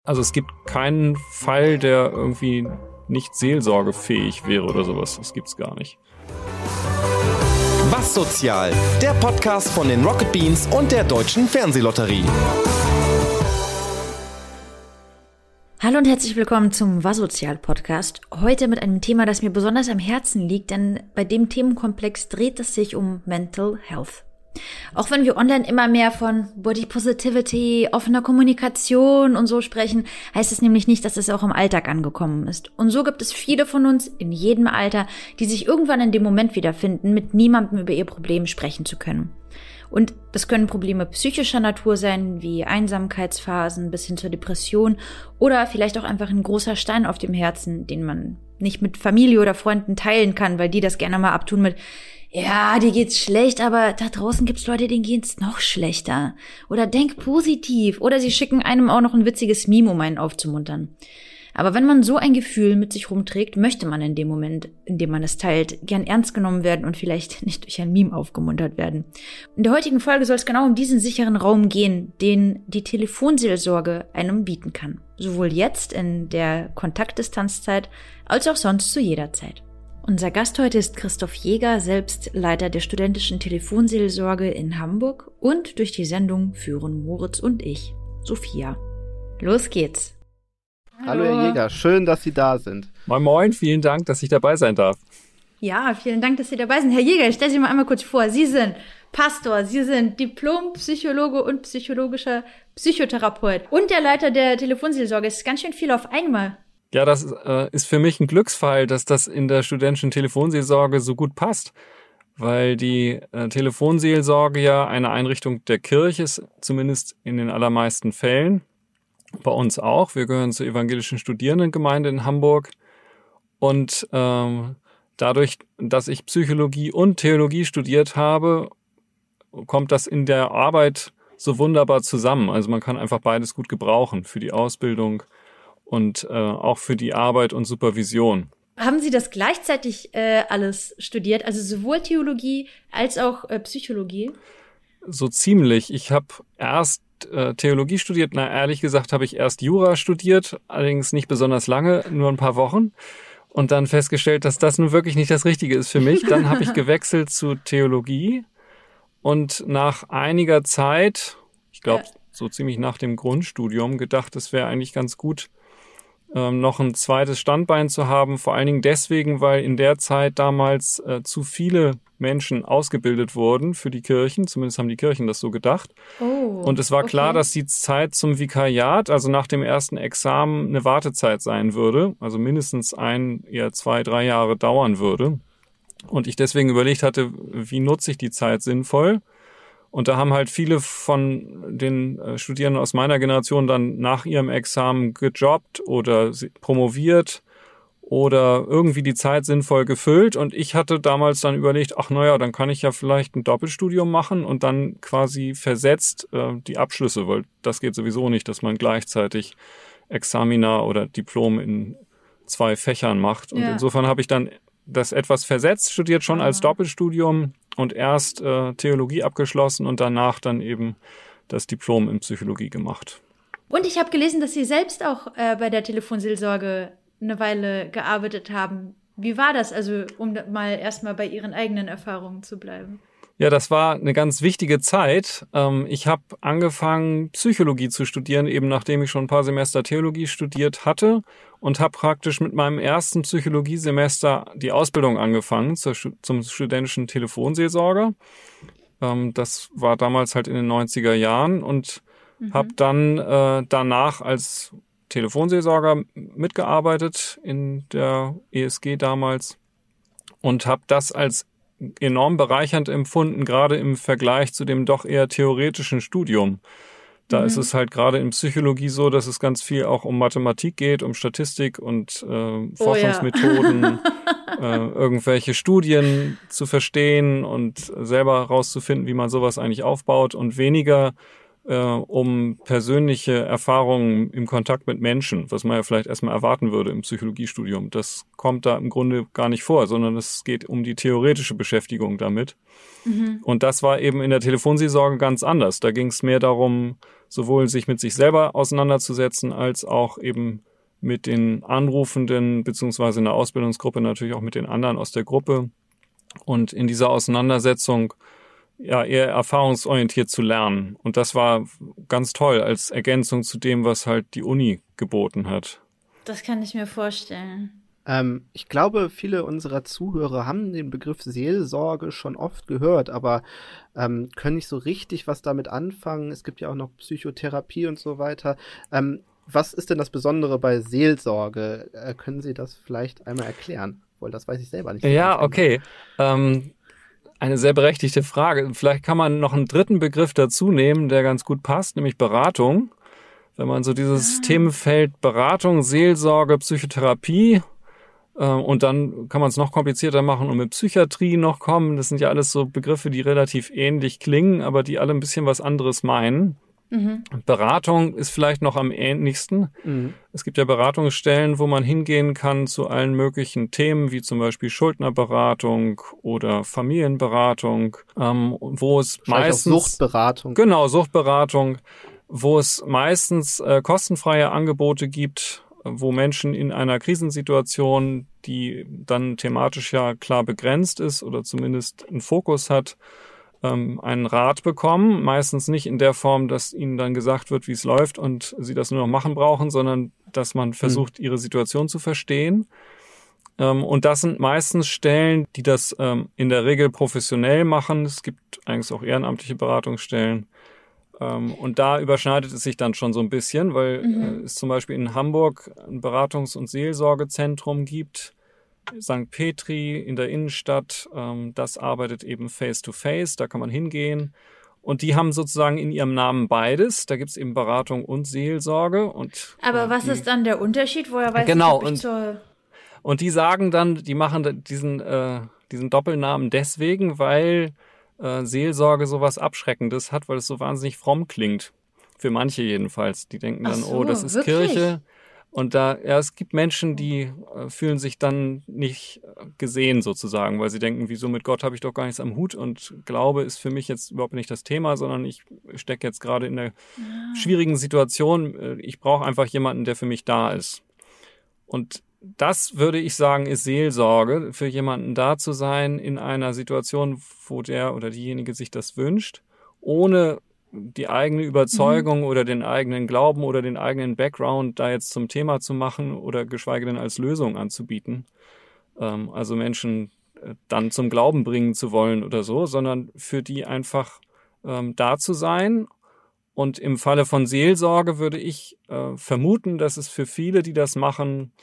Also es gibt keinen Fall, der irgendwie nicht seelsorgefähig wäre oder sowas. Das gibt's gar nicht. Was Sozial, der Podcast von den Rocket Beans und der Deutschen Fernsehlotterie. Hallo und herzlich willkommen zum Was Sozial Podcast. Heute mit einem Thema, das mir besonders am Herzen liegt, denn bei dem Themenkomplex dreht es sich um Mental Health. Auch wenn wir online immer mehr von Body Positivity, offener Kommunikation und so sprechen, heißt es nämlich nicht, dass es auch im Alltag angekommen ist. Und so gibt es viele von uns in jedem Alter, die sich irgendwann in dem Moment wiederfinden, mit niemandem über ihr Problem sprechen zu können. Und das können Probleme psychischer Natur sein, wie Einsamkeitsphasen bis hin zur Depression oder vielleicht auch einfach ein großer Stein auf dem Herzen, den man nicht mit Familie oder Freunden teilen kann, weil die das gerne mal abtun mit: Ja, dir geht's schlecht, aber da draußen gibt's Leute, denen geht's noch schlechter. Oder denk positiv. Oder sie schicken einem auch noch ein witziges Meme, um einen aufzumuntern. Aber wenn man so ein Gefühl mit sich rumträgt, möchte man in dem Moment, in dem man es teilt, gern ernst genommen werden und vielleicht nicht durch ein Meme aufgemuntert werden. In der heutigen Folge soll es genau um diesen sicheren Raum gehen, den die Telefonseelsorge einem bieten kann. Sowohl jetzt in der Kontaktdistanzzeit als auch sonst zu jeder Zeit. Unser Gast heute ist Christoph Jäger, selbst Leiter der studentischen Telefonseelsorge in Hamburg, und durch die Sendung führen Moritz und ich, Sophia. Los geht's. Hallo Herr Jäger, schön, dass Sie da sind. Moin Moin, vielen Dank, dass ich dabei sein darf. Ja, vielen Dank, dass Sie dabei sind. Herr Jäger, ich stelle Sie mal einmal kurz vor. Sie sind Pastor, Sie sind Diplompsychologe und psychologischer Psychotherapeut und der Leiter der Telefonseelsorge. Es ist ganz schön viel auf einmal. Ja, das ist für mich ein Glücksfall, dass das in der studentischen Telefonseelsorge so gut passt, weil die Telefonseelsorge ja eine Einrichtung der Kirche ist, zumindest in den allermeisten Fällen. Bei uns auch. Wir gehören zur evangelischen Studierendengemeinde in Hamburg. Und dadurch, dass ich Psychologie und Theologie studiert habe, kommt das in der Arbeit so wunderbar zusammen. Also man kann einfach beides gut gebrauchen für die Ausbildung und auch für die Arbeit und Supervision. Haben Sie das gleichzeitig alles studiert? Also sowohl Theologie als auch Psychologie? So ziemlich. Ich habe erst Theologie studiert. Na, ehrlich gesagt habe ich erst Jura studiert, allerdings nicht besonders lange, nur ein paar Wochen. Und dann festgestellt, dass das nun wirklich nicht das Richtige ist für mich. Dann habe ich gewechselt zu Theologie und nach einiger Zeit, ich glaube so ziemlich nach dem Grundstudium, gedacht, es wäre eigentlich ganz gut, noch ein zweites Standbein zu haben. Vor allen Dingen deswegen, weil in der Zeit damals zu viele Menschen ausgebildet wurden für die Kirchen. Zumindest haben die Kirchen das so gedacht. Oh, und es war klar, dass die Zeit zum Vikariat, also nach dem ersten Examen, eine Wartezeit sein würde. Also mindestens 2, 3 Jahre dauern würde. Und ich deswegen überlegt hatte, wie nutze ich die Zeit sinnvoll? Und da haben halt viele von den Studierenden aus meiner Generation dann nach ihrem Examen gejobbt oder promoviert oder irgendwie die Zeit sinnvoll gefüllt. Und ich hatte damals dann überlegt, dann kann ich ja vielleicht ein Doppelstudium machen und dann quasi versetzt die Abschlüsse, weil das geht sowieso nicht, dass man gleichzeitig Examina oder Diplom in 2 Fächern macht. Und insofern habe ich dann das etwas versetzt studiert, schon als Doppelstudium und erst Theologie abgeschlossen und danach dann eben das Diplom in Psychologie gemacht. Und ich habe gelesen, dass Sie selbst auch bei der Telefonseelsorge eine Weile gearbeitet haben. Wie war das, also um mal erstmal bei Ihren eigenen Erfahrungen zu bleiben? Ja, das war eine ganz wichtige Zeit. Ich habe angefangen, Psychologie zu studieren, eben nachdem ich schon ein paar Semester Theologie studiert hatte und habe praktisch mit meinem ersten Psychologiesemester die Ausbildung angefangen zum studentischen Telefonseelsorger. Das war damals halt in den 90er Jahren und habe dann danach als Telefonseelsorger mitgearbeitet in der ESG damals und habe das als enorm bereichernd empfunden, gerade im Vergleich zu dem doch eher theoretischen Studium. Da ist es halt gerade in Psychologie so, dass es ganz viel auch um Mathematik geht, um Statistik und Forschungsmethoden, irgendwelche Studien zu verstehen und selber herauszufinden, wie man sowas eigentlich aufbaut und weniger um persönliche Erfahrungen im Kontakt mit Menschen, was man ja vielleicht erstmal erwarten würde im Psychologiestudium. Das kommt da im Grunde gar nicht vor, sondern es geht um die theoretische Beschäftigung damit. Und das war eben in der Telefonseelsorge ganz anders. Da ging es mehr darum, sowohl sich mit sich selber auseinanderzusetzen, als auch eben mit den Anrufenden, beziehungsweise in der Ausbildungsgruppe natürlich auch mit den anderen aus der Gruppe. Und in dieser Auseinandersetzung ja eher erfahrungsorientiert zu lernen. Und das war ganz toll als Ergänzung zu dem, was halt die Uni geboten hat. Das kann ich mir vorstellen. Ich glaube, viele unserer Zuhörer haben den Begriff Seelsorge schon oft gehört, aber können nicht so richtig was damit anfangen. Es gibt ja auch noch Psychotherapie und so weiter. Was ist denn das Besondere bei Seelsorge? Können Sie das vielleicht einmal erklären? Weil das weiß ich selber nicht. Ja, okay. Eine sehr berechtigte Frage. Vielleicht kann man noch einen dritten Begriff dazu nehmen, der ganz gut passt, nämlich Beratung. Wenn man so dieses Themenfeld Beratung, Seelsorge, Psychotherapie und dann kann man es noch komplizierter machen und mit Psychiatrie noch kommen. Das sind ja alles so Begriffe, die relativ ähnlich klingen, aber die alle ein bisschen was anderes meinen. Beratung ist vielleicht noch am ähnlichsten. Es gibt ja Beratungsstellen, wo man hingehen kann zu allen möglichen Themen, wie zum Beispiel Schuldnerberatung oder Familienberatung, wo es meistens... Auch Suchtberatung. Genau, Suchtberatung, wo es meistens kostenfreie Angebote gibt, wo Menschen in einer Krisensituation, die dann thematisch ja klar begrenzt ist oder zumindest einen Fokus hat, einen Rat bekommen, meistens nicht in der Form, dass ihnen dann gesagt wird, wie es läuft und sie das nur noch machen brauchen, sondern dass man versucht, ihre Situation zu verstehen. Und das sind meistens Stellen, die das in der Regel professionell machen. Es gibt eigentlich auch ehrenamtliche Beratungsstellen. Und da überschneidet es sich dann schon so ein bisschen, weil es zum Beispiel in Hamburg ein Beratungs- und Seelsorgezentrum gibt, St. Petri in der Innenstadt, das arbeitet eben face-to-face, da kann man hingehen. Und die haben sozusagen in ihrem Namen beides. Da gibt es eben Beratung und Seelsorge. Aber was ist dann der Unterschied? Woher weiß genau, ich, und die sagen dann, die machen diesen Doppelnamen deswegen, weil Seelsorge sowas Abschreckendes hat, weil es so wahnsinnig fromm klingt. Für manche jedenfalls. Die denken dann, oh, das ist wirklich? Kirche. Und es gibt Menschen, die fühlen sich dann nicht gesehen sozusagen, weil sie denken, wieso mit Gott habe ich doch gar nichts am Hut und Glaube ist für mich jetzt überhaupt nicht das Thema, sondern ich stecke jetzt gerade in einer schwierigen Situation. Ich brauche einfach jemanden, der für mich da ist. Und das, würde ich sagen, ist Seelsorge, für jemanden da zu sein in einer Situation, wo der oder diejenige sich das wünscht, ohne die eigene Überzeugung oder den eigenen Glauben oder den eigenen Background da jetzt zum Thema zu machen oder geschweige denn als Lösung anzubieten. Also Menschen dann zum Glauben bringen zu wollen oder so, sondern für die einfach da zu sein. Und im Falle von Seelsorge würde ich vermuten, dass es für viele, die das machen,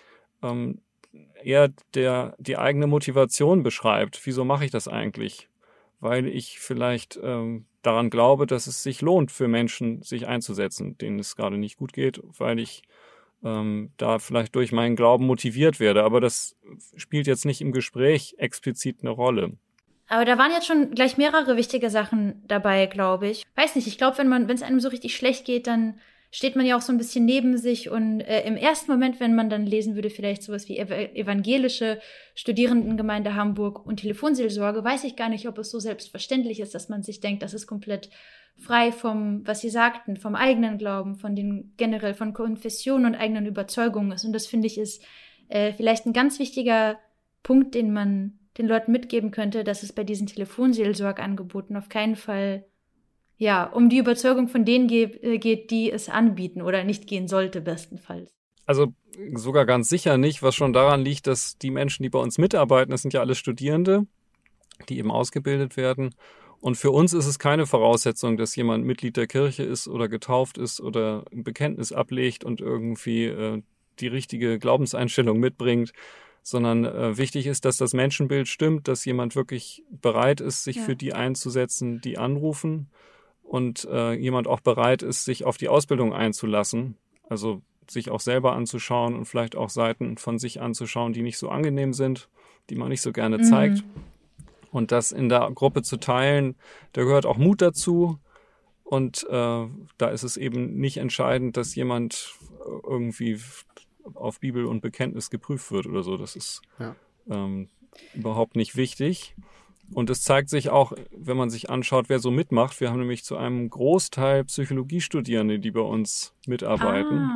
eher die eigene Motivation beschreibt. Wieso mache ich das eigentlich? Weil ich vielleicht daran glaube, dass es sich lohnt für Menschen, sich einzusetzen, denen es gerade nicht gut geht, weil ich da vielleicht durch meinen Glauben motiviert werde. Aber das spielt jetzt nicht im Gespräch explizit eine Rolle. Aber da waren jetzt schon gleich mehrere wichtige Sachen dabei, glaube ich. Weiß nicht, ich glaube, wenn es einem so richtig schlecht geht, dann steht man ja auch so ein bisschen neben sich und im ersten Moment, wenn man dann lesen würde, vielleicht sowas wie evangelische Studierendengemeinde Hamburg und Telefonseelsorge, weiß ich gar nicht, ob es so selbstverständlich ist, dass man sich denkt, das ist komplett frei vom, was Sie sagten, vom eigenen Glauben, generell von Konfession und eigenen Überzeugungen ist. Und das, finde ich, ist vielleicht ein ganz wichtiger Punkt, den man den Leuten mitgeben könnte, dass es bei diesen Telefonseelsorgeangeboten auf keinen Fall um die Überzeugung von denen geht, die es anbieten oder nicht gehen sollte, bestenfalls. Also sogar ganz sicher nicht, was schon daran liegt, dass die Menschen, die bei uns mitarbeiten, das sind ja alles Studierende, die eben ausgebildet werden. Und für uns ist es keine Voraussetzung, dass jemand Mitglied der Kirche ist oder getauft ist oder ein Bekenntnis ablegt und irgendwie die richtige Glaubenseinstellung mitbringt, sondern wichtig ist, dass das Menschenbild stimmt, dass jemand wirklich bereit ist, sich für die einzusetzen, die anrufen. Und jemand auch bereit ist, sich auf die Ausbildung einzulassen, also sich auch selber anzuschauen und vielleicht auch Seiten von sich anzuschauen, die nicht so angenehm sind, die man nicht so gerne zeigt. Und das in der Gruppe zu teilen, da gehört auch Mut dazu. Und da ist es eben nicht entscheidend, dass jemand irgendwie auf Bibel und Bekenntnis geprüft wird oder so. Das ist überhaupt nicht wichtig. Und es zeigt sich auch, wenn man sich anschaut, wer so mitmacht. Wir haben nämlich zu einem Großteil Psychologiestudierende, die bei uns mitarbeiten.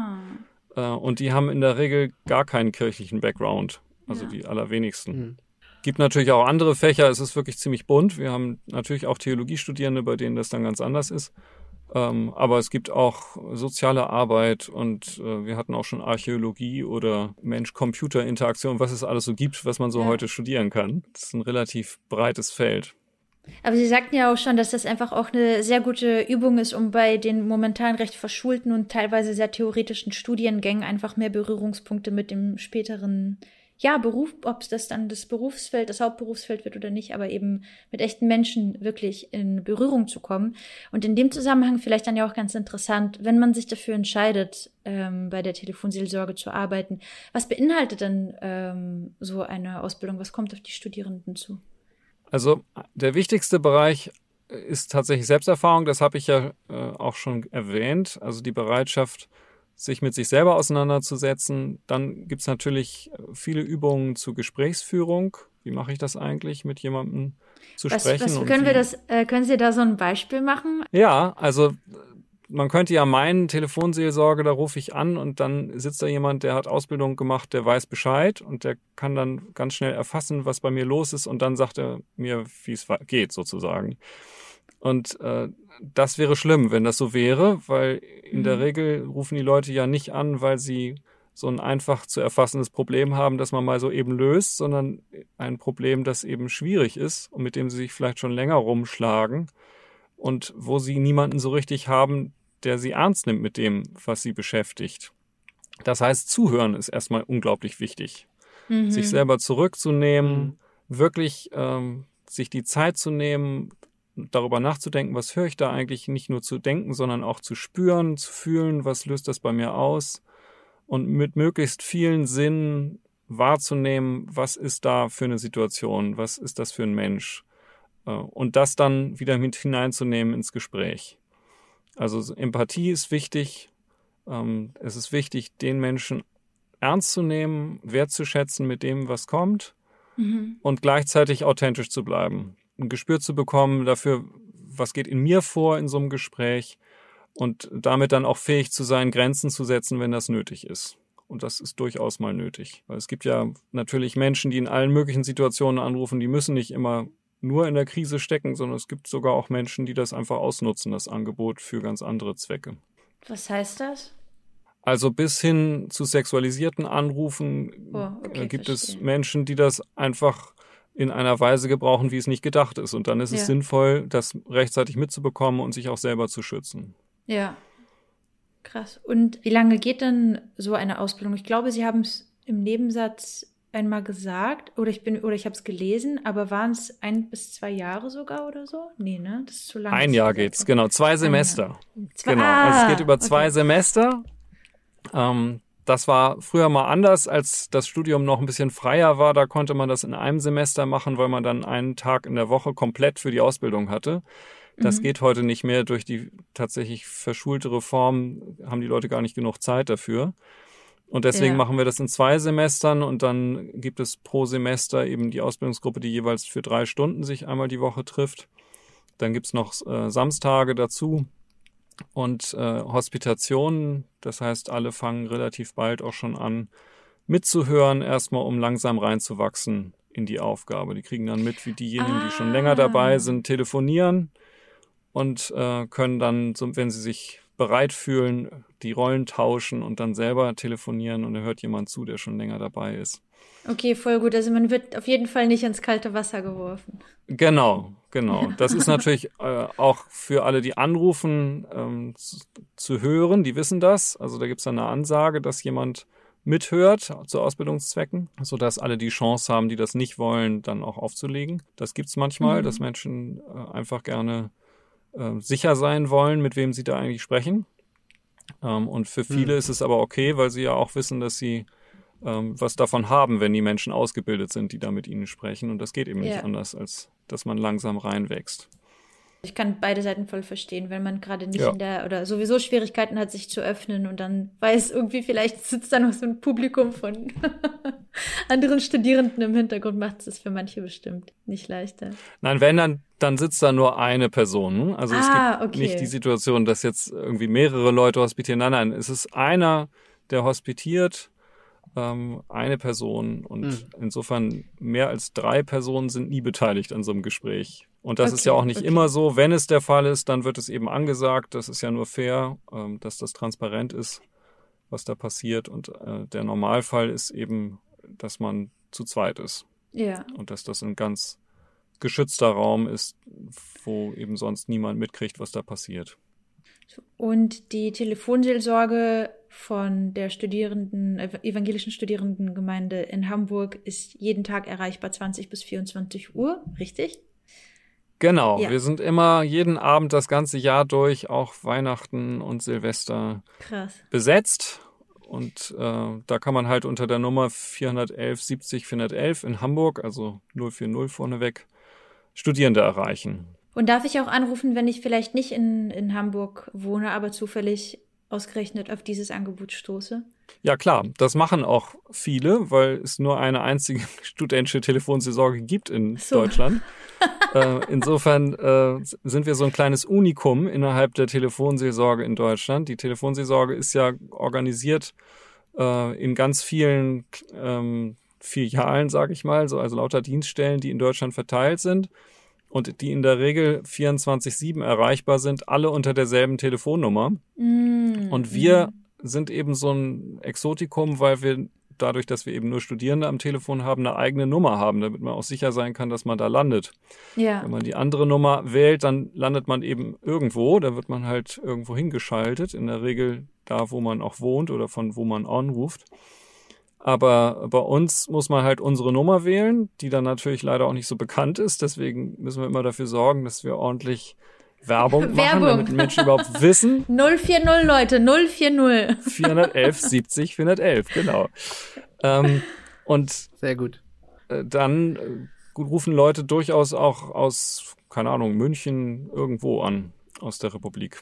Und die haben in der Regel gar keinen kirchlichen Background, also die allerwenigsten. Gibt natürlich auch andere Fächer, es ist wirklich ziemlich bunt. Wir haben natürlich auch Theologiestudierende, bei denen das dann ganz anders ist. Aber es gibt auch soziale Arbeit und wir hatten auch schon Archäologie oder Mensch-Computer-Interaktion, was es alles so gibt, was man so heute studieren kann. Das ist ein relativ breites Feld. Aber Sie sagten ja auch schon, dass das einfach auch eine sehr gute Übung ist, um bei den momentan recht verschulten und teilweise sehr theoretischen Studiengängen einfach mehr Berührungspunkte mit dem späteren Beruf, ob es das dann das Berufsfeld, das Hauptberufsfeld wird oder nicht, aber eben mit echten Menschen wirklich in Berührung zu kommen. Und in dem Zusammenhang vielleicht dann ja auch ganz interessant, wenn man sich dafür entscheidet, bei der Telefonseelsorge zu arbeiten, was beinhaltet denn so eine Ausbildung? Was kommt auf die Studierenden zu? Also der wichtigste Bereich ist tatsächlich Selbsterfahrung, das habe ich ja auch schon erwähnt, also die Bereitschaft, sich mit sich selber auseinanderzusetzen. Dann gibt es natürlich viele Übungen zur Gesprächsführung. Wie mache ich das eigentlich, mit jemandem zu sprechen? Können Sie da so ein Beispiel machen? Ja, also man könnte ja meinen, Telefonseelsorge, da rufe ich an und dann sitzt da jemand, der hat Ausbildung gemacht, der weiß Bescheid und der kann dann ganz schnell erfassen, was bei mir los ist und dann sagt er mir, wie es geht sozusagen. Und das wäre schlimm, wenn das so wäre, weil in der Regel rufen die Leute ja nicht an, weil sie so ein einfach zu erfassendes Problem haben, das man mal so eben löst, sondern ein Problem, das eben schwierig ist und mit dem sie sich vielleicht schon länger rumschlagen und wo sie niemanden so richtig haben, der sie ernst nimmt mit dem, was sie beschäftigt. Das heißt, zuhören ist erstmal unglaublich wichtig. Sich selber zurückzunehmen, wirklich sich die Zeit zu nehmen, darüber nachzudenken, was höre ich da eigentlich, nicht nur zu denken, sondern auch zu spüren, zu fühlen, was löst das bei mir aus und mit möglichst vielen Sinnen wahrzunehmen, was ist da für eine Situation, was ist das für ein Mensch und das dann wieder mit hineinzunehmen ins Gespräch. Also Empathie ist wichtig, es ist wichtig, den Menschen ernst zu nehmen, wertzuschätzen mit dem, was kommt und gleichzeitig authentisch zu bleiben. Ein Gespür zu bekommen dafür, was geht in mir vor in so einem Gespräch und damit dann auch fähig zu sein, Grenzen zu setzen, wenn das nötig ist. Und das ist durchaus mal nötig. Weil es gibt ja natürlich Menschen, die in allen möglichen Situationen anrufen, die müssen nicht immer nur in der Krise stecken, sondern es gibt sogar auch Menschen, die das einfach ausnutzen, das Angebot für ganz andere Zwecke. Was heißt das? Also bis hin zu sexualisierten Anrufen gibt es Menschen, die das einfach in einer Weise gebrauchen, wie es nicht gedacht ist. Und dann ist es sinnvoll, das rechtzeitig mitzubekommen und sich auch selber zu schützen. Ja, krass. Und wie lange geht denn so eine Ausbildung? Ich glaube, Sie haben es im Nebensatz einmal gesagt oder ich habe es gelesen, aber waren es 1 bis 2 Jahre sogar oder so? Nee, ne? Das ist zu lang. 1 Jahr geht's, genau. 2 Semester. Also es geht über 2 Semester. Das war früher mal anders, als das Studium noch ein bisschen freier war. Da konnte man das in einem Semester machen, weil man dann einen Tag in der Woche komplett für die Ausbildung hatte. Das geht heute nicht mehr. Durch die tatsächlich verschulte Reform haben die Leute gar nicht genug Zeit dafür. Und deswegen machen wir das in 2 Semestern und dann gibt es pro Semester eben die Ausbildungsgruppe, die jeweils für 3 Stunden sich einmal die Woche trifft. Dann gibt's noch Samstage dazu. Und Hospitationen, das heißt, alle fangen relativ bald auch schon an mitzuhören, erstmal um langsam reinzuwachsen in die Aufgabe. Die kriegen dann mit, wie diejenigen, die schon länger dabei sind, telefonieren und können dann, wenn sie sich bereit fühlen, die Rollen tauschen und dann selber telefonieren und da hört jemand zu, der schon länger dabei ist. Okay, voll gut. Also man wird auf jeden Fall nicht ins kalte Wasser geworfen. Genau. Das ist natürlich auch für alle, die anrufen, zu hören, die wissen das. Also da gibt es dann eine Ansage, dass jemand mithört zu Ausbildungszwecken, sodass alle die Chance haben, die das nicht wollen, dann auch aufzulegen. Das gibt es manchmal, dass Menschen einfach gerne sicher sein wollen, mit wem sie da eigentlich sprechen. Und für viele ist es aber okay, weil sie ja auch wissen, dass sie was davon haben, wenn die Menschen ausgebildet sind, die da mit ihnen sprechen. Und das geht eben nicht anders, als dass man langsam reinwächst. Ich kann beide Seiten voll verstehen, wenn man gerade nicht oder sowieso Schwierigkeiten hat, sich zu öffnen und dann weiß irgendwie, vielleicht sitzt da noch so ein Publikum von anderen Studierenden im Hintergrund, macht es für manche bestimmt nicht leichter. Nein, wenn dann sitzt da nur eine Person. Ne? Also es gibt nicht die Situation, dass jetzt irgendwie mehrere Leute hospitieren. Nein, es ist einer, der hospitiert, eine Person und insofern mehr als 3 Personen sind nie beteiligt an so einem Gespräch. Und das ist ja auch nicht immer so. Wenn es der Fall ist, dann wird es eben angesagt. Das ist ja nur fair, dass das transparent ist, was da passiert. Und der Normalfall ist eben, dass man zu zweit ist. Ja. Und dass das ein ganz geschützter Raum ist, wo eben sonst niemand mitkriegt, was da passiert. Und die Telefonseelsorge von der evangelischen Studierendengemeinde in Hamburg ist jeden Tag erreichbar 20 bis 24 Uhr, richtig? Genau, wir sind immer jeden Abend das ganze Jahr durch, auch Weihnachten und Silvester besetzt. Und da kann man halt unter der Nummer 411 70 411 in Hamburg, also 040 vorneweg, Studierende erreichen. Und darf ich auch anrufen, wenn ich vielleicht nicht in Hamburg wohne, aber zufällig ausgerechnet auf dieses Angebot stoße? Ja klar, das machen auch viele, weil es nur eine einzige studentische Telefonseelsorge gibt in Deutschland. Insofern sind wir so ein kleines Unikum innerhalb der Telefonseelsorge in Deutschland. Die Telefonseelsorge ist ja organisiert in ganz vielen Filialen, sage ich mal, also lauter Dienststellen, die in Deutschland verteilt sind und die in der Regel 24/7 erreichbar sind, alle unter derselben Telefonnummer. Und wir sind eben so ein Exotikum, weil wir dadurch, dass wir eben nur Studierende am Telefon haben, eine eigene Nummer haben, damit man auch sicher sein kann, dass man da landet. Ja. Wenn man die andere Nummer wählt, dann landet man eben irgendwo, da wird man halt irgendwo hingeschaltet, in der Regel da, wo man auch wohnt oder von wo man anruft. Aber bei uns muss man halt unsere Nummer wählen, die dann natürlich leider auch nicht so bekannt ist. Deswegen müssen wir immer dafür sorgen, dass wir ordentlich Werbung machen, damit die Menschen überhaupt wissen. 040, Leute, 040. 411 70 411, genau. Und sehr gut. Dann rufen Leute durchaus auch aus, keine Ahnung, München irgendwo an, aus der Republik.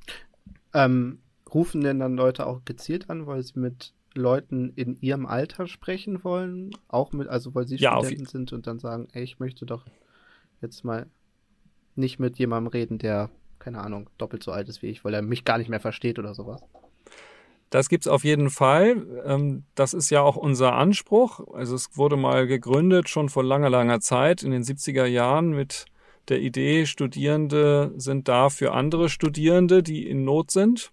Rufen denn dann Leute auch gezielt an, weil sie mit Leuten in ihrem Alter sprechen wollen? Auch also weil sie Studenten sind und dann sagen, ey, ich möchte doch jetzt mal nicht mit jemandem reden, der, keine Ahnung, doppelt so alt ist wie ich, weil er mich gar nicht mehr versteht oder sowas. Das gibt's auf jeden Fall. Das ist ja auch unser Anspruch. Also es wurde mal gegründet, schon vor langer, langer Zeit, in den 70er Jahren mit der Idee, Studierende sind da für andere Studierende, die in Not sind.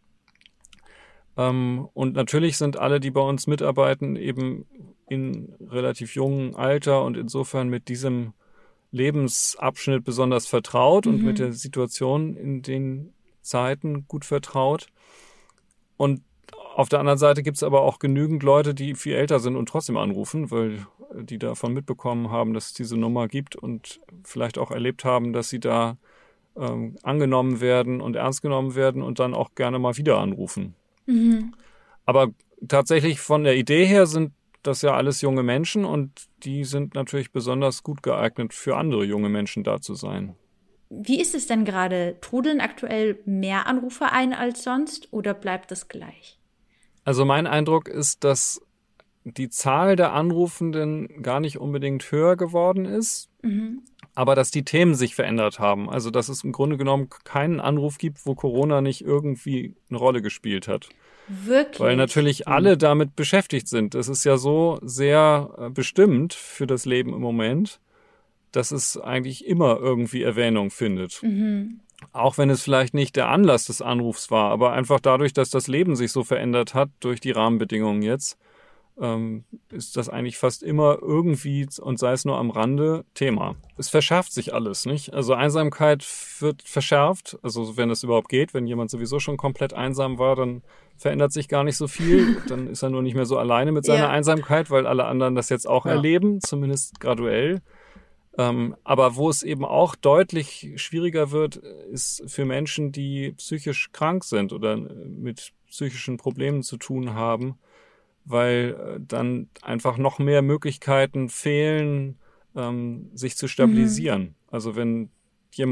Und natürlich sind alle, die bei uns mitarbeiten, eben in relativ jungem Alter und insofern mit diesem Lebensabschnitt besonders vertraut und mit der Situation in den Zeiten gut vertraut. Und auf der anderen Seite gibt es aber auch genügend Leute, die viel älter sind und trotzdem anrufen, weil die davon mitbekommen haben, dass es diese Nummer gibt und vielleicht auch erlebt haben, dass sie da angenommen werden und ernst genommen werden und dann auch gerne mal wieder anrufen. Aber tatsächlich von der Idee her sind das ja alles junge Menschen und die sind natürlich besonders gut geeignet, für andere junge Menschen da zu sein. Wie ist es denn gerade? Trudeln aktuell mehr Anrufer ein als sonst oder bleibt das gleich? Also mein Eindruck ist, dass die Zahl der Anrufenden gar nicht unbedingt höher geworden ist, aber dass die Themen sich verändert haben. Also dass es im Grunde genommen keinen Anruf gibt, wo Corona nicht irgendwie eine Rolle gespielt hat. Wirklich? Weil natürlich alle damit beschäftigt sind. Es ist ja so sehr bestimmt für das Leben im Moment, dass es eigentlich immer irgendwie Erwähnung findet. Auch wenn es vielleicht nicht der Anlass des Anrufs war, aber einfach dadurch, dass das Leben sich so verändert hat durch die Rahmenbedingungen jetzt, ist das eigentlich fast immer irgendwie, und sei es nur am Rande, Thema. Es verschärft sich alles, nicht? Also Einsamkeit wird verschärft, also wenn es überhaupt geht, wenn jemand sowieso schon komplett einsam war, dann verändert sich gar nicht so viel, dann ist er nur nicht mehr so alleine mit seiner Einsamkeit, weil alle anderen das jetzt auch erleben, zumindest graduell. Aber wo es eben auch deutlich schwieriger wird, ist für Menschen, die psychisch krank sind oder mit psychischen Problemen zu tun haben, weil dann einfach noch mehr Möglichkeiten fehlen, sich zu stabilisieren. Also wenn jemand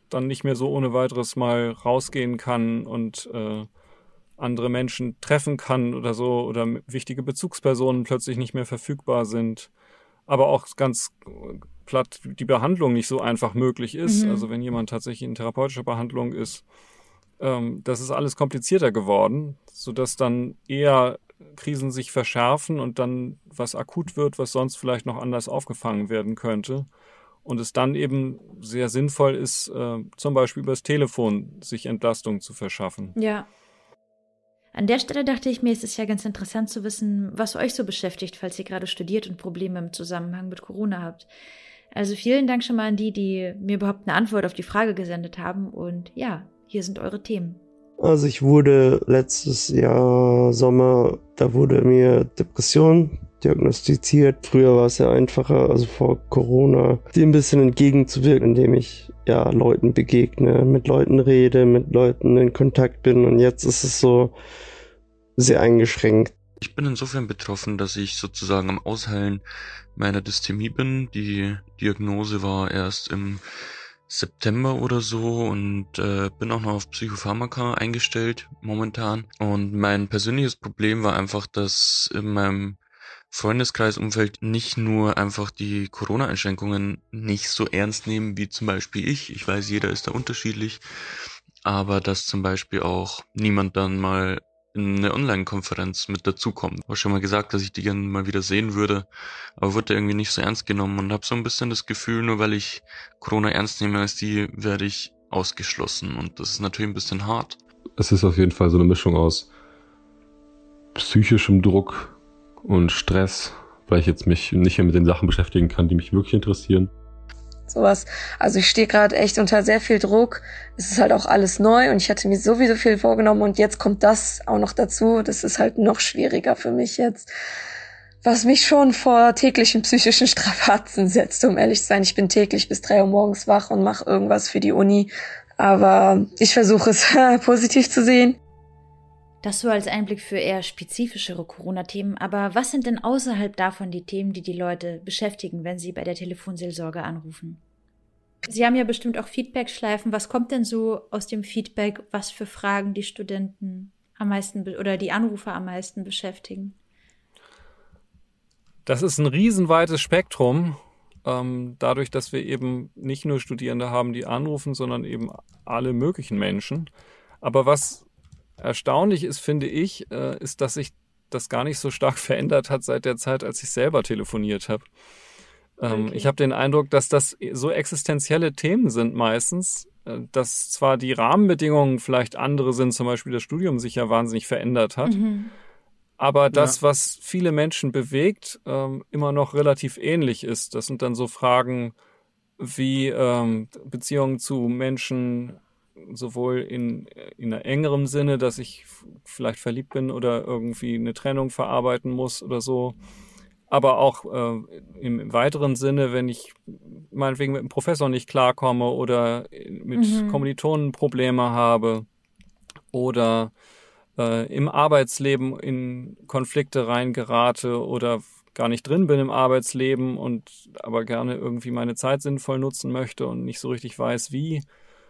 dann nicht mehr so ohne weiteres mal rausgehen kann und andere Menschen treffen kann oder so, oder wichtige Bezugspersonen plötzlich nicht mehr verfügbar sind. Aber auch ganz platt die Behandlung nicht so einfach möglich ist. Also wenn jemand tatsächlich in therapeutischer Behandlung ist, das ist alles komplizierter geworden, sodass dann eher Krisen sich verschärfen und dann was akut wird, was sonst vielleicht noch anders aufgefangen werden könnte. Und es dann eben sehr sinnvoll ist, zum Beispiel übers Telefon sich Entlastung zu verschaffen. Ja. An der Stelle dachte ich mir, es ist ja ganz interessant zu wissen, was euch so beschäftigt, falls ihr gerade studiert und Probleme im Zusammenhang mit Corona habt. Also vielen Dank schon mal an die mir überhaupt eine Antwort auf die Frage gesendet haben. Und ja, hier sind eure Themen. Also ich wurde letztes Jahr Sommer, da wurde mir Depression diagnostiziert. Früher war es ja einfacher, also vor Corona, dem ein bisschen entgegenzuwirken, indem ich ja Leuten begegne, mit Leuten rede, mit Leuten in Kontakt bin, und jetzt ist es so sehr eingeschränkt. Ich bin insofern betroffen, dass ich sozusagen am Ausheilen meiner Dysthymie bin. Die Diagnose war erst im September oder so und bin auch noch auf Psychopharmaka eingestellt momentan. Und mein persönliches Problem war einfach, dass in meinem Freundeskreisumfeld nicht nur einfach die Corona-Einschränkungen nicht so ernst nehmen wie zum Beispiel ich. Ich weiß, jeder ist da unterschiedlich, aber dass zum Beispiel auch niemand dann mal in eine Online-Konferenz mit dazukommt. Ich habe schon mal gesagt, dass ich die gerne mal wieder sehen würde, aber wurde irgendwie nicht so ernst genommen und habe so ein bisschen das Gefühl, nur weil ich Corona ernst nehme als die, werde ich ausgeschlossen, und das ist natürlich ein bisschen hart. Es ist auf jeden Fall so eine Mischung aus psychischem Druck und Stress, weil ich jetzt mich nicht mehr mit den Sachen beschäftigen kann, die mich wirklich interessieren. Sowas. Also ich stehe gerade echt unter sehr viel Druck. Es ist halt auch alles neu und ich hatte mir sowieso viel vorgenommen und jetzt kommt das auch noch dazu. Das ist halt noch schwieriger für mich jetzt, was mich schon vor täglichen psychischen Strapazen setzt, um ehrlich zu sein. Ich bin täglich bis 3 Uhr morgens wach und mache irgendwas für die Uni, aber ich versuche es positiv zu sehen. Das so als Einblick für eher spezifischere Corona-Themen. Aber was sind denn außerhalb davon die Themen, die Leute beschäftigen, wenn sie bei der Telefonseelsorge anrufen? Sie haben ja bestimmt auch Feedback-Schleifen. Was kommt denn so aus dem Feedback, was für Fragen die Studenten am meisten oder die Anrufer am meisten beschäftigen? Das ist ein riesenweites Spektrum. Dadurch, dass wir eben nicht nur Studierende haben, die anrufen, sondern eben alle möglichen Menschen. Aber was erstaunlich ist, finde ich, ist, dass sich das gar nicht so stark verändert hat seit der Zeit, als ich selber telefoniert habe. Okay. Ich habe den Eindruck, dass das so existenzielle Themen sind meistens, dass zwar die Rahmenbedingungen vielleicht andere sind, zum Beispiel das Studium sich ja wahnsinnig verändert hat, aber das, was viele Menschen bewegt, immer noch relativ ähnlich ist. Das sind dann so Fragen wie Beziehungen zu Menschen, sowohl in einer engerem Sinne, dass ich vielleicht verliebt bin oder irgendwie eine Trennung verarbeiten muss oder so, aber auch im weiteren Sinne, wenn ich meinetwegen mit einem Professor nicht klarkomme oder mit Kommilitonen Probleme habe oder im Arbeitsleben in Konflikte reingerate oder gar nicht drin bin im Arbeitsleben und aber gerne irgendwie meine Zeit sinnvoll nutzen möchte und nicht so richtig weiß, wie.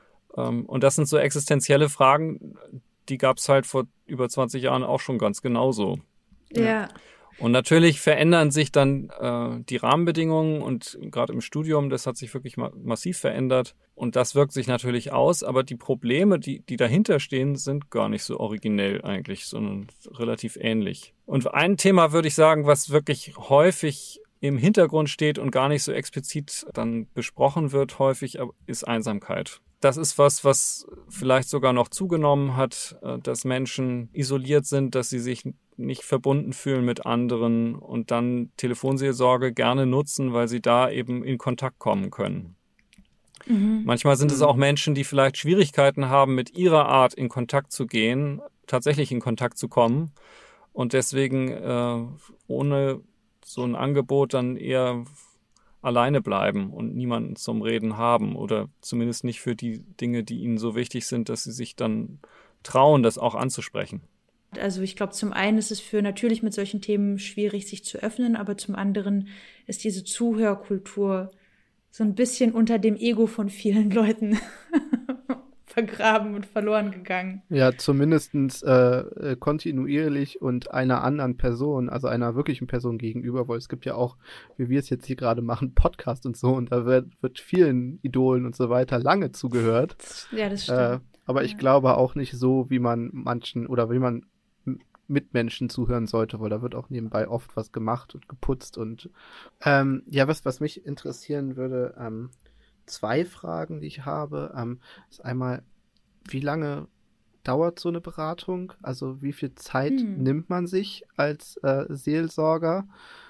Und das sind so existenzielle Fragen, die gab es halt vor über 20 Jahren auch schon ganz genauso. Ja. Und natürlich verändern sich dann die Rahmenbedingungen und gerade im Studium, das hat sich wirklich massiv verändert und das wirkt sich natürlich aus, aber die Probleme, die dahinter stehen, sind gar nicht so originell eigentlich, sondern relativ ähnlich. Und ein Thema würde ich sagen, was wirklich häufig im Hintergrund steht und gar nicht so explizit dann besprochen wird häufig, ist Einsamkeit. Das ist was vielleicht sogar noch zugenommen hat, dass Menschen isoliert sind, dass sie sich nicht verbunden fühlen mit anderen und dann Telefonseelsorge gerne nutzen, weil sie da eben in Kontakt kommen können. Manchmal sind es auch Menschen, die vielleicht Schwierigkeiten haben, mit ihrer Art in Kontakt zu gehen, tatsächlich in Kontakt zu kommen und deswegen ohne so ein Angebot dann eher alleine bleiben und niemanden zum Reden haben oder zumindest nicht für die Dinge, die ihnen so wichtig sind, dass sie sich dann trauen, das auch anzusprechen. Also ich glaube, zum einen ist es für natürlich mit solchen Themen schwierig, sich zu öffnen, aber zum anderen ist diese Zuhörkultur so ein bisschen unter dem Ego von vielen Leuten vergraben und verloren gegangen. Ja, zumindestens kontinuierlich und einer anderen Person, also einer wirklichen Person gegenüber, weil es gibt ja auch, wie wir es jetzt hier gerade machen, Podcast und so, und da wird vielen Idolen und so weiter lange zugehört. Ja, das stimmt. Aber ich glaube auch nicht so, wie man manchen oder wie man Mitmenschen zuhören sollte, weil da wird auch nebenbei oft was gemacht und geputzt und was mich interessieren würde, 2 Fragen, die ich habe, ist einmal, wie lange dauert so eine Beratung? Also wie viel Zeit nimmt man sich als Seelsorger?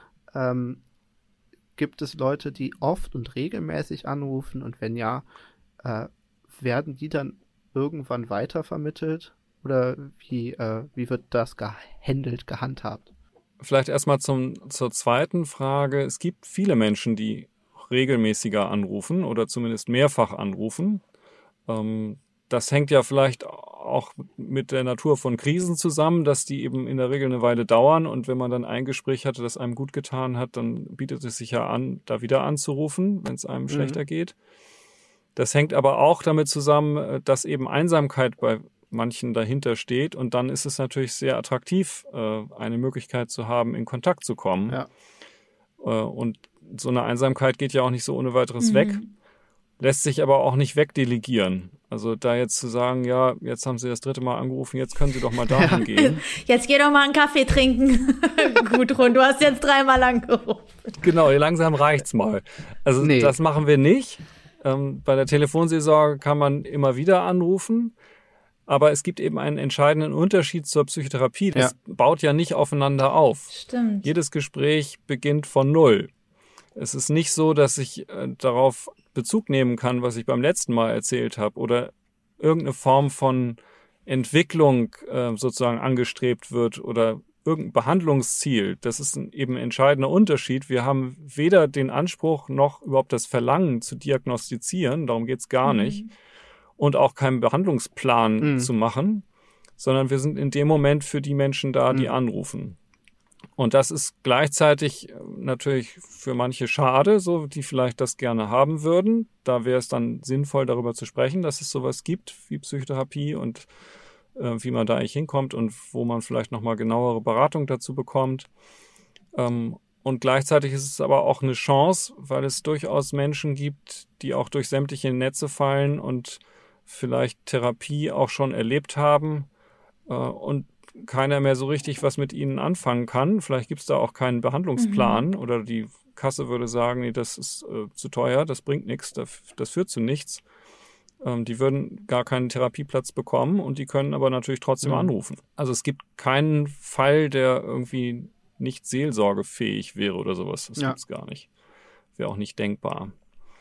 Gibt es Leute, die oft und regelmäßig anrufen, und wenn ja, werden die dann irgendwann weitervermittelt? Oder wie wird das gehandhabt? Vielleicht erstmal zur zweiten Frage. Es gibt viele Menschen, die regelmäßiger anrufen oder zumindest mehrfach anrufen. Das hängt ja vielleicht auch mit der Natur von Krisen zusammen, dass die eben in der Regel eine Weile dauern, und wenn man dann ein Gespräch hatte, das einem gut getan hat, dann bietet es sich ja an, da wieder anzurufen, wenn es einem schlechter geht. Das hängt aber auch damit zusammen, dass eben Einsamkeit bei manchen dahinter steht, und dann ist es natürlich sehr attraktiv, eine Möglichkeit zu haben, in Kontakt zu kommen. Ja. Und so eine Einsamkeit geht ja auch nicht so ohne weiteres weg, lässt sich aber auch nicht wegdelegieren. Also da jetzt zu sagen, ja, jetzt haben Sie das 3. Mal angerufen, jetzt können Sie doch mal dahin gehen. Jetzt geh doch mal einen Kaffee trinken. Gudrun, du hast jetzt 3 Mal angerufen. Genau, langsam reicht's mal. Also Das machen wir nicht. Bei der Telefonseelsorge kann man immer wieder anrufen. Aber es gibt eben einen entscheidenden Unterschied zur Psychotherapie. Das baut ja nicht aufeinander auf. Stimmt. Jedes Gespräch beginnt von Null. Es ist nicht so, dass ich darauf Bezug nehmen kann, was ich beim letzten Mal erzählt habe, oder irgendeine Form von Entwicklung sozusagen angestrebt wird oder irgendein Behandlungsziel. Das ist eben ein entscheidender Unterschied. Wir haben weder den Anspruch noch überhaupt das Verlangen zu diagnostizieren, darum geht's gar nicht, und auch keinen Behandlungsplan zu machen, sondern wir sind in dem Moment für die Menschen da, die anrufen. Und das ist gleichzeitig natürlich für manche schade, so die vielleicht das gerne haben würden. Da wäre es dann sinnvoll, darüber zu sprechen, dass es sowas gibt wie Psychotherapie und wie man da eigentlich hinkommt und wo man vielleicht nochmal genauere Beratung dazu bekommt. Und gleichzeitig ist es aber auch eine Chance, weil es durchaus Menschen gibt, die auch durch sämtliche Netze fallen und vielleicht Therapie auch schon erlebt haben und keiner mehr so richtig was mit ihnen anfangen kann. Vielleicht gibt es da auch keinen Behandlungsplan oder die Kasse würde sagen, nee, das ist zu teuer, das bringt nichts, das führt zu nichts. Die würden gar keinen Therapieplatz bekommen und die können aber natürlich trotzdem anrufen. Also es gibt keinen Fall, der irgendwie nicht seelsorgefähig wäre oder sowas. Das gibt's gar nicht. Wäre auch nicht denkbar.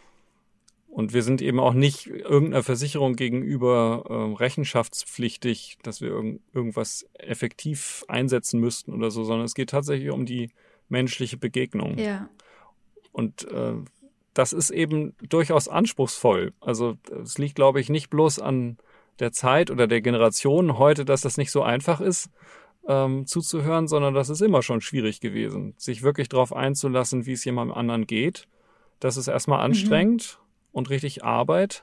Und wir sind eben auch nicht irgendeiner Versicherung gegenüber rechenschaftspflichtig, dass wir irgendwas effektiv einsetzen müssten oder so, sondern es geht tatsächlich um die menschliche Begegnung. Ja. Und das ist eben durchaus anspruchsvoll. Also es liegt, glaube ich, nicht bloß an der Zeit oder der Generation heute, dass das nicht so einfach ist, zuzuhören, sondern das ist immer schon schwierig gewesen, sich wirklich darauf einzulassen, wie es jemandem anderen geht. Das ist erstmal anstrengend und richtig Arbeit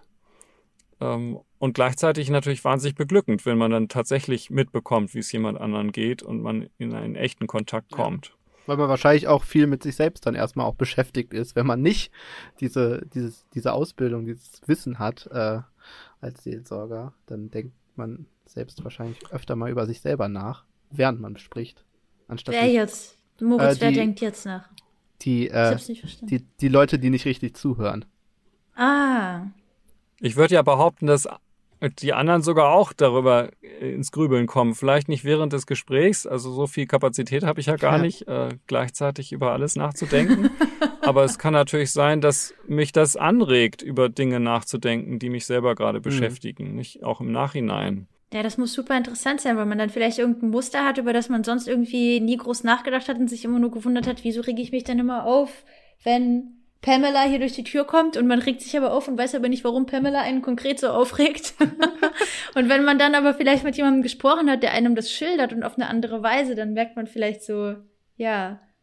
und gleichzeitig natürlich wahnsinnig beglückend, wenn man dann tatsächlich mitbekommt, wie es jemand anderen geht und man in einen echten Kontakt kommt. Weil man wahrscheinlich auch viel mit sich selbst dann erstmal auch beschäftigt ist, wenn man nicht diese Ausbildung, dieses Wissen hat als Seelsorger, dann denkt man selbst wahrscheinlich öfter mal über sich selber nach, während man spricht. Wer jetzt? Moritz, wer denkt jetzt nach? Ich hab's nicht verstanden. Die Leute, die nicht richtig zuhören. Ah. Ich würde ja behaupten, dass die anderen sogar auch darüber ins Grübeln kommen. Vielleicht nicht während des Gesprächs, also so viel Kapazität habe ich ja gar nicht, gleichzeitig über alles nachzudenken. Aber es kann natürlich sein, dass mich das anregt, über Dinge nachzudenken, die mich selber gerade beschäftigen, nicht auch im Nachhinein. Ja, das muss super interessant sein, weil man dann vielleicht irgendein Muster hat, über das man sonst irgendwie nie groß nachgedacht hat und sich immer nur gewundert hat, wieso rege ich mich dann immer auf, wenn Pamela hier durch die Tür kommt und man regt sich aber auf und weiß aber nicht, warum Pamela einen konkret so aufregt. Und wenn man dann aber vielleicht mit jemandem gesprochen hat, der einem das schildert und auf eine andere Weise, dann merkt man vielleicht so, ja,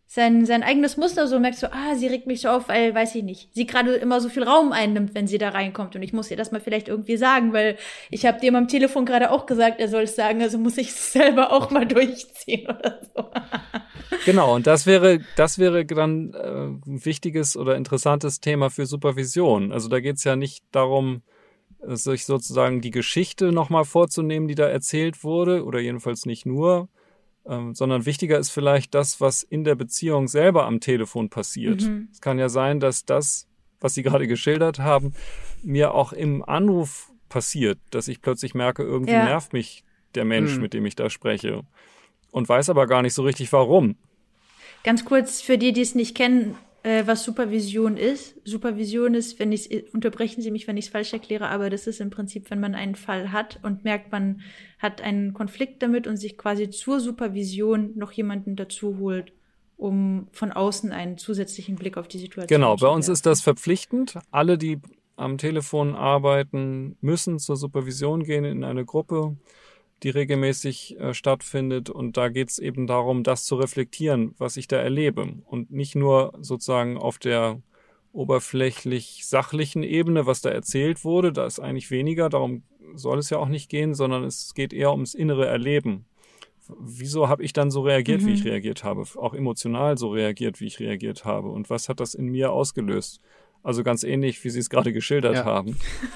sein eigenes Muster, so merkst du, sie regt mich so auf, weil, weiß ich nicht, sie gerade immer so viel Raum einnimmt, wenn sie da reinkommt und ich muss ihr das mal vielleicht irgendwie sagen, weil ich habe dem am Telefon gerade auch gesagt, er soll es sagen, also muss ich es selber auch mal durchziehen oder so. Genau, und das wäre dann ein wichtiges oder interessantes Thema für Supervision. Also da geht es ja nicht darum, sich sozusagen die Geschichte nochmal vorzunehmen, die da erzählt wurde, oder jedenfalls nicht nur, sondern wichtiger ist vielleicht das, was in der Beziehung selber am Telefon passiert. Es kann ja sein, dass das, was Sie gerade geschildert haben, mir auch im Anruf passiert, dass ich plötzlich merke, irgendwie nervt mich der Mensch, mit dem ich da spreche und weiß aber gar nicht so richtig, warum. Ganz kurz für die es nicht kennen, was Supervision ist. Supervision ist, unterbrechen Sie mich, wenn ich es falsch erkläre, aber das ist im Prinzip, wenn man einen Fall hat und merkt, man hat einen Konflikt damit und sich quasi zur Supervision noch jemanden dazu holt, um von außen einen zusätzlichen Blick auf die Situation zu Genau, werfen. bei uns ist das verpflichtend. Alle, die am Telefon arbeiten, müssen zur Supervision gehen in eine Gruppe, die regelmäßig stattfindet. Und da geht es eben darum, das zu reflektieren, was ich da erlebe. Und nicht nur sozusagen auf der oberflächlich sachlichen Ebene, was da erzählt wurde. Da ist eigentlich weniger, darum soll es ja auch nicht gehen, sondern es geht eher ums innere Erleben. Wieso habe ich dann so reagiert, wie ich reagiert habe? Auch emotional so reagiert, wie ich reagiert habe. Und was hat das in mir ausgelöst? Also ganz ähnlich, wie Sie es gerade geschildert haben.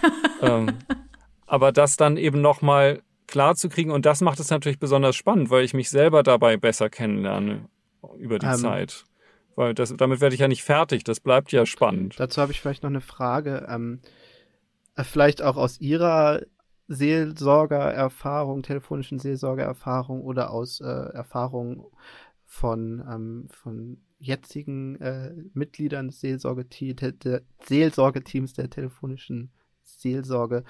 Aber das dann eben nochmal klar zu kriegen. Und das macht es natürlich besonders spannend, weil ich mich selber dabei besser kennenlerne über die Zeit. Weil damit werde ich ja nicht fertig. Das bleibt ja spannend. Dazu habe ich vielleicht noch eine Frage. Vielleicht auch aus Ihrer Seelsorgererfahrung, telefonischen Seelsorgererfahrung oder aus Erfahrung von jetzigen Mitgliedern des Seelsorgeteams der telefonischen Seelsorge.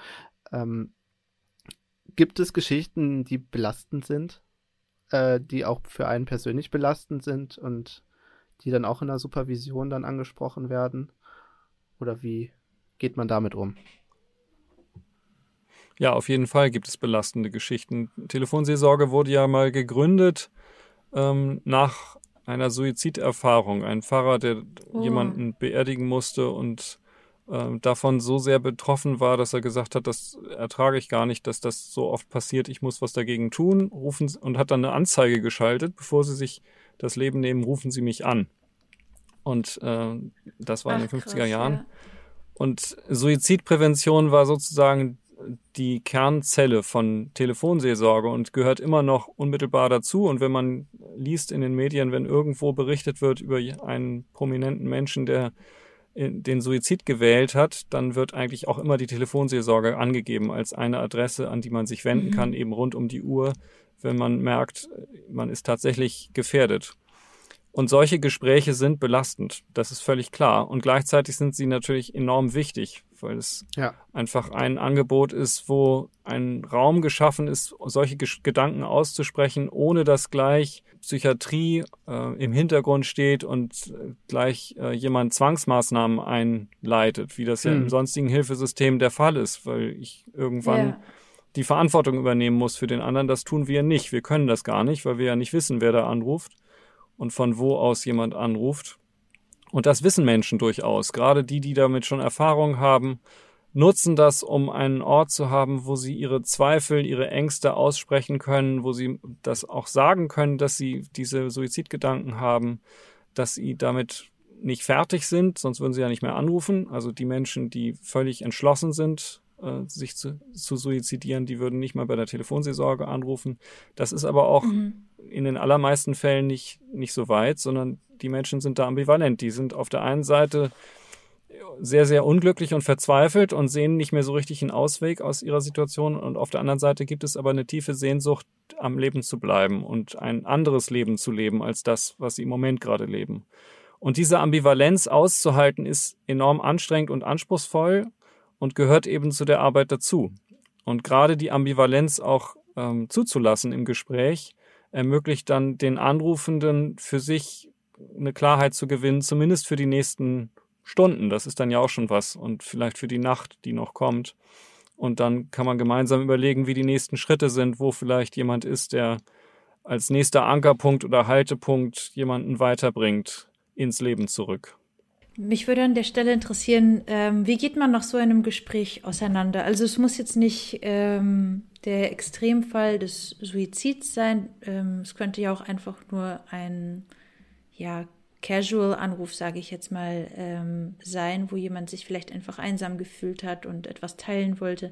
Gibt es Geschichten, die belastend sind, die auch für einen persönlich belastend sind und die dann auch in der Supervision dann angesprochen werden? Oder wie geht man damit um? Ja, auf jeden Fall gibt es belastende Geschichten. Telefonseelsorge wurde ja mal gegründet nach einer Suiziderfahrung. Ein Pfarrer, der jemanden beerdigen musste und davon so sehr betroffen war, dass er gesagt hat, das ertrage ich gar nicht, dass das so oft passiert, ich muss was dagegen tun, und hat dann eine Anzeige geschaltet, bevor Sie sich das Leben nehmen, rufen Sie mich an. Und das war in den 50er Jahren. Ja. Und Suizidprävention war sozusagen die Kernzelle von Telefonseelsorge und gehört immer noch unmittelbar dazu. Und wenn man liest in den Medien, wenn irgendwo berichtet wird über einen prominenten Menschen, der den Suizid gewählt hat, dann wird eigentlich auch immer die Telefonseelsorge angegeben als eine Adresse, an die man sich wenden kann, eben rund um die Uhr, wenn man merkt, man ist tatsächlich gefährdet. Und solche Gespräche sind belastend, das ist völlig klar. Und gleichzeitig sind sie natürlich enorm wichtig, weil es einfach ein Angebot ist, wo ein Raum geschaffen ist, solche Gedanken auszusprechen, ohne dass gleich Psychiatrie im Hintergrund steht und gleich jemand Zwangsmaßnahmen einleitet, wie das ja im sonstigen Hilfesystem der Fall ist, weil ich irgendwann die Verantwortung übernehmen muss für den anderen. Das tun wir nicht. Wir können das gar nicht, weil wir ja nicht wissen, wer da anruft und von wo aus jemand anruft. Und das wissen Menschen durchaus. Gerade die damit schon Erfahrung haben, nutzen das, um einen Ort zu haben, wo sie ihre Zweifel, ihre Ängste aussprechen können, wo sie das auch sagen können, dass sie diese Suizidgedanken haben, dass sie damit nicht fertig sind, sonst würden sie ja nicht mehr anrufen. Also die Menschen, die völlig entschlossen sind, sich zu suizidieren, die würden nicht mal bei der Telefonseelsorge anrufen. Das ist aber auch in den allermeisten Fällen nicht so weit, sondern die Menschen sind da ambivalent. Die sind auf der einen Seite sehr, sehr unglücklich und verzweifelt und sehen nicht mehr so richtig einen Ausweg aus ihrer Situation. Und auf der anderen Seite gibt es aber eine tiefe Sehnsucht, am Leben zu bleiben und ein anderes Leben zu leben als das, was sie im Moment gerade leben. Und diese Ambivalenz auszuhalten, ist enorm anstrengend und anspruchsvoll und gehört eben zu der Arbeit dazu. Und gerade die Ambivalenz auch zuzulassen im Gespräch ermöglicht dann den Anrufenden für sich eine Klarheit zu gewinnen, zumindest für die nächsten Stunden. Das ist dann ja auch schon was. Und vielleicht für die Nacht, die noch kommt. Und dann kann man gemeinsam überlegen, wie die nächsten Schritte sind, wo vielleicht jemand ist, der als nächster Ankerpunkt oder Haltepunkt jemanden weiterbringt ins Leben zurück. Mich würde an der Stelle interessieren, wie geht man nach so einem Gespräch auseinander? Also es muss jetzt nicht der Extremfall des Suizids sein. Es könnte ja auch einfach nur ein Casual-Anruf, sage ich jetzt mal, sein, wo jemand sich vielleicht einfach einsam gefühlt hat und etwas teilen wollte.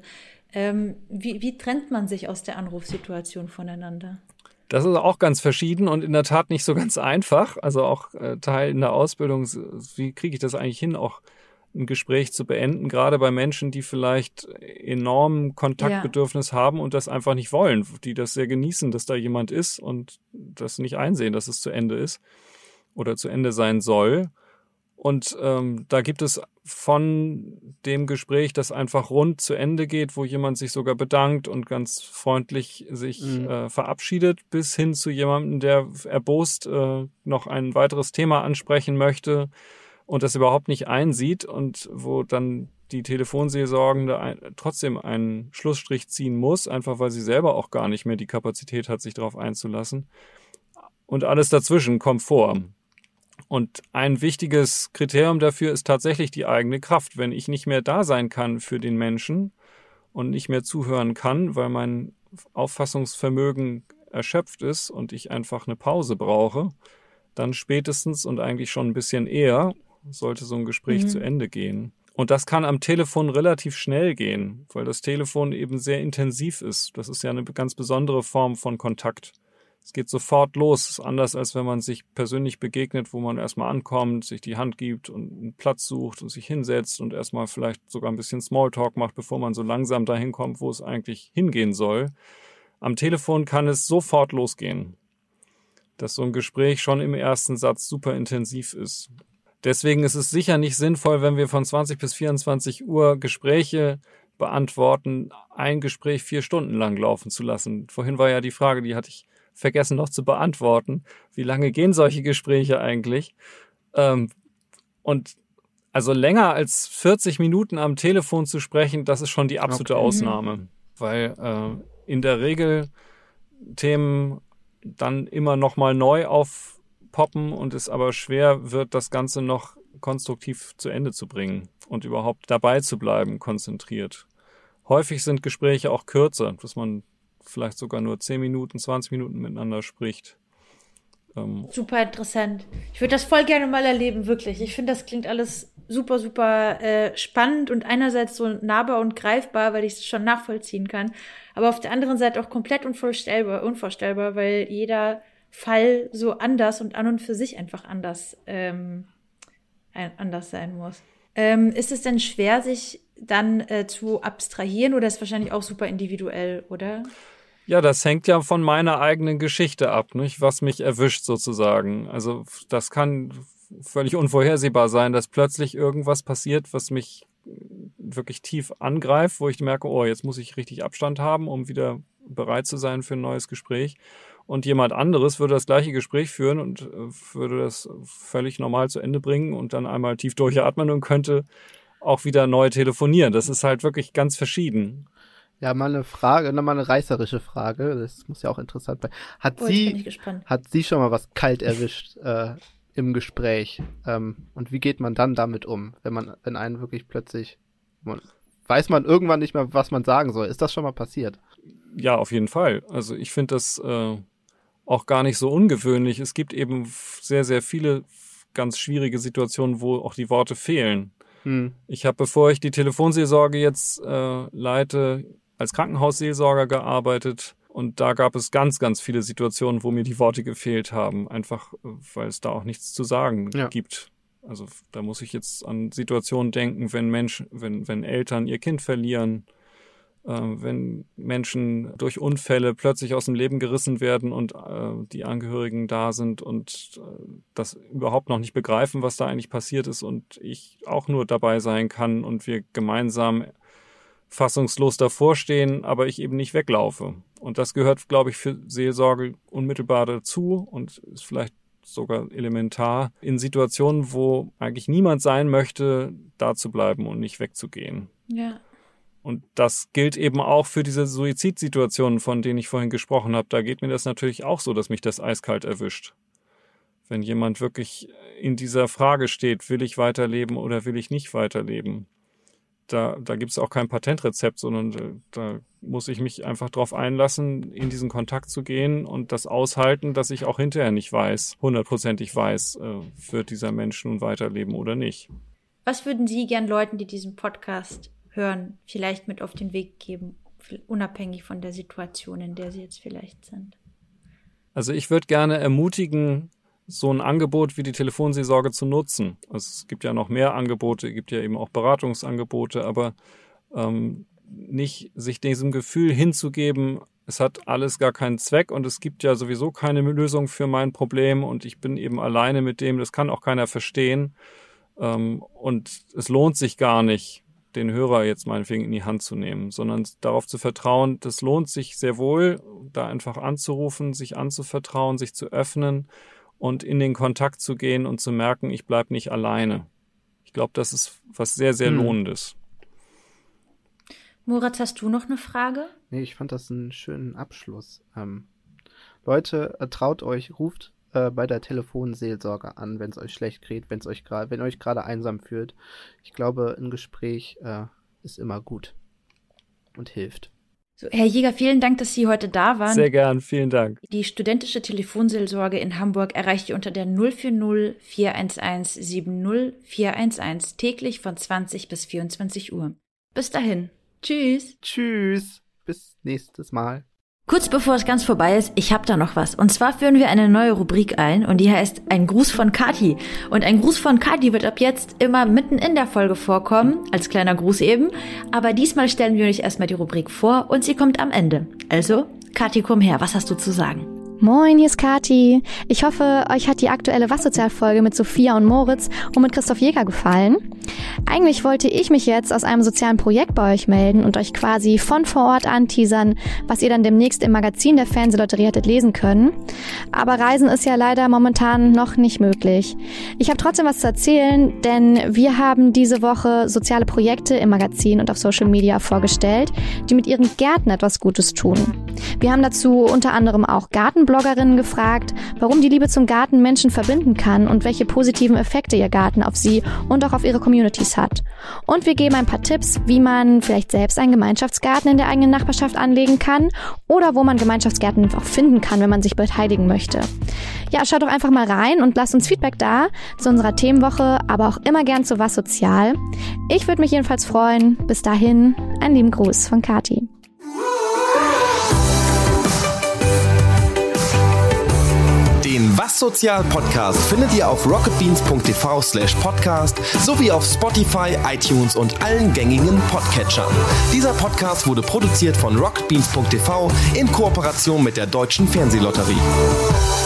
Wie trennt man sich aus der Anrufsituation voneinander? Das ist auch ganz verschieden und in der Tat nicht so ganz einfach. Also auch Teil in der Ausbildung, wie kriege ich das eigentlich hin, auch ein Gespräch zu beenden, gerade bei Menschen, die vielleicht enormen Kontaktbedürfnis haben und das einfach nicht wollen, die das sehr genießen, dass da jemand ist und das nicht einsehen, dass es zu Ende ist oder zu Ende sein soll. Und da gibt es von dem Gespräch, das einfach rund zu Ende geht, wo jemand sich sogar bedankt und ganz freundlich sich verabschiedet, bis hin zu jemandem, der erbost noch ein weiteres Thema ansprechen möchte und das überhaupt nicht einsieht und wo dann die Telefonseelsorgende trotzdem einen Schlussstrich ziehen muss, einfach weil sie selber auch gar nicht mehr die Kapazität hat, sich darauf einzulassen. Und alles dazwischen kommt vor. Und ein wichtiges Kriterium dafür ist tatsächlich die eigene Kraft. Wenn ich nicht mehr da sein kann für den Menschen und nicht mehr zuhören kann, weil mein Auffassungsvermögen erschöpft ist und ich einfach eine Pause brauche, dann spätestens und eigentlich schon ein bisschen eher sollte so ein Gespräch zu Ende gehen. Und das kann am Telefon relativ schnell gehen, weil das Telefon eben sehr intensiv ist. Das ist ja eine ganz besondere Form von Kontakt. Es geht sofort los. Es ist anders, als wenn man sich persönlich begegnet, wo man erstmal ankommt, sich die Hand gibt und einen Platz sucht und sich hinsetzt und erstmal vielleicht sogar ein bisschen Smalltalk macht, bevor man so langsam dahin kommt, wo es eigentlich hingehen soll. Am Telefon kann es sofort losgehen, dass so ein Gespräch schon im ersten Satz super intensiv ist. Deswegen ist es sicher nicht sinnvoll, wenn wir von 20 bis 24 Uhr Gespräche beantworten, ein Gespräch 4 Stunden lang laufen zu lassen. Vorhin war ja die Frage, die hatte ich vergessen noch zu beantworten. Wie lange gehen solche Gespräche eigentlich? Und also länger als 40 Minuten am Telefon zu sprechen, das ist schon die absolute Ausnahme. Weil in der Regel Themen dann immer noch mal neu aufpoppen und es aber schwer wird, das Ganze noch konstruktiv zu Ende zu bringen und überhaupt dabei zu bleiben, konzentriert. Häufig sind Gespräche auch kürzer, dass man vielleicht sogar nur 10 Minuten, 20 Minuten miteinander spricht. Super interessant. Ich würde das voll gerne mal erleben, wirklich. Ich finde, das klingt alles super, super spannend und einerseits so nahbar und greifbar, weil ich es schon nachvollziehen kann, aber auf der anderen Seite auch komplett unvorstellbar, weil jeder Fall so anders und an und für sich einfach anders sein muss. Ist es denn schwer, sich dann zu abstrahieren oder ist es wahrscheinlich auch super individuell, oder? Ja, das hängt ja von meiner eigenen Geschichte ab, nicht? Was mich erwischt sozusagen. Also das kann völlig unvorhersehbar sein, dass plötzlich irgendwas passiert, was mich wirklich tief angreift, wo ich merke, oh, jetzt muss ich richtig Abstand haben, um wieder bereit zu sein für ein neues Gespräch. Und jemand anderes würde das gleiche Gespräch führen und würde das völlig normal zu Ende bringen und dann einmal tief durchatmen und könnte auch wieder neu telefonieren. Das ist halt wirklich ganz verschieden. Ja, mal eine Frage, nochmal eine reißerische Frage, das muss ja auch interessant sein. Hat sie schon mal was kalt erwischt im Gespräch? Und wie geht man dann damit um, wenn einen wirklich plötzlich, weiß man irgendwann nicht mehr, was man sagen soll? Ist das schon mal passiert? Ja, auf jeden Fall. Also ich finde das auch gar nicht so ungewöhnlich. Es gibt eben sehr, sehr viele ganz schwierige Situationen, wo auch die Worte fehlen. Ich habe, bevor ich die Telefonseelsorge jetzt leite, als Krankenhausseelsorger gearbeitet und da gab es ganz, ganz viele Situationen, wo mir die Worte gefehlt haben, einfach weil es da auch nichts zu sagen gibt. Also da muss ich jetzt an Situationen denken, wenn Eltern ihr Kind verlieren, wenn Menschen durch Unfälle plötzlich aus dem Leben gerissen werden und die Angehörigen da sind und das überhaupt noch nicht begreifen, was da eigentlich passiert ist und ich auch nur dabei sein kann und wir gemeinsam fassungslos davor stehen, aber ich eben nicht weglaufe. Und das gehört, glaube ich, für Seelsorge unmittelbar dazu und ist vielleicht sogar elementar in Situationen, wo eigentlich niemand sein möchte, da zu bleiben und nicht wegzugehen. Ja. Und das gilt eben auch für diese Suizidsituationen, von denen ich vorhin gesprochen habe. Da geht mir das natürlich auch so, dass mich das eiskalt erwischt. Wenn jemand wirklich in dieser Frage steht, will ich weiterleben oder will ich nicht weiterleben? Da gibt es auch kein Patentrezept, sondern da muss ich mich einfach drauf einlassen, in diesen Kontakt zu gehen und das aushalten, dass ich auch hinterher nicht weiß, 100%ig weiß, wird dieser Mensch nun weiterleben oder nicht. Was würden Sie gern Leuten, die diesen Podcast hören, vielleicht mit auf den Weg geben, unabhängig von der Situation, in der sie jetzt vielleicht sind? Also ich würde gerne ermutigen, so ein Angebot wie die Telefonseelsorge zu nutzen. Also es gibt ja noch mehr Angebote, es gibt ja eben auch Beratungsangebote, aber nicht sich diesem Gefühl hinzugeben, es hat alles gar keinen Zweck und es gibt ja sowieso keine Lösung für mein Problem und ich bin eben alleine mit dem, das kann auch keiner verstehen und es lohnt sich gar nicht, den Hörer jetzt meinetwegen in die Hand zu nehmen, sondern darauf zu vertrauen, das lohnt sich sehr wohl, da einfach anzurufen, sich anzuvertrauen, sich zu öffnen und in den Kontakt zu gehen und zu merken, ich bleibe nicht alleine. Ich glaube, das ist was sehr, sehr Lohnendes. Moritz, hast du noch eine Frage? Nee, ich fand das einen schönen Abschluss. Leute, traut euch, ruft bei der Telefonseelsorge an, wenn es euch schlecht geht, wenn ihr euch gerade einsam fühlt. Ich glaube, ein Gespräch ist immer gut und hilft. So, Herr Jäger, vielen Dank, dass Sie heute da waren. Sehr gern, vielen Dank. Die studentische Telefonseelsorge in Hamburg erreicht ihr unter der 040 411 70 411 täglich von 20 bis 24 Uhr. Bis dahin. Tschüss. Tschüss. Bis nächstes Mal. Kurz bevor es ganz vorbei ist, ich habe da noch was. Und zwar führen wir eine neue Rubrik ein und die heißt Ein Gruß von Kathi. Und ein Gruß von Kathi wird ab jetzt immer mitten in der Folge vorkommen, als kleiner Gruß eben. Aber diesmal stellen wir euch erstmal die Rubrik vor und sie kommt am Ende. Also, Kathi, komm her, was hast du zu sagen? Moin, hier ist Kathi. Ich hoffe, euch hat die aktuelle Was-Sozial-Folge mit Sophia und Moritz und mit Christoph Jäger gefallen. Eigentlich wollte ich mich jetzt aus einem sozialen Projekt bei euch melden und euch quasi von vor Ort anteasern, was ihr dann demnächst im Magazin der Fernsehlotterie hättet lesen können. Aber Reisen ist ja leider momentan noch nicht möglich. Ich habe trotzdem was zu erzählen, denn wir haben diese Woche soziale Projekte im Magazin und auf Social Media vorgestellt, die mit ihren Gärten etwas Gutes tun. Wir haben dazu unter anderem auch Gartenbloggerinnen gefragt, warum die Liebe zum Garten Menschen verbinden kann und welche positiven Effekte ihr Garten auf sie und auch auf ihre Communities hat. Und wir geben ein paar Tipps, wie man vielleicht selbst einen Gemeinschaftsgarten in der eigenen Nachbarschaft anlegen kann oder wo man Gemeinschaftsgärten auch finden kann, wenn man sich beteiligen möchte. Ja, schaut doch einfach mal rein und lasst uns Feedback da zu unserer Themenwoche, aber auch immer gern zu Was Sozial. Ich würde mich jedenfalls freuen. Bis dahin, einen lieben Gruß von Kathi. Den Was Sozial Podcast findet ihr auf rocketbeans.tv/podcast sowie auf Spotify, iTunes und allen gängigen Podcatchern. Dieser Podcast wurde produziert von rocketbeans.tv in Kooperation mit der Deutschen Fernsehlotterie.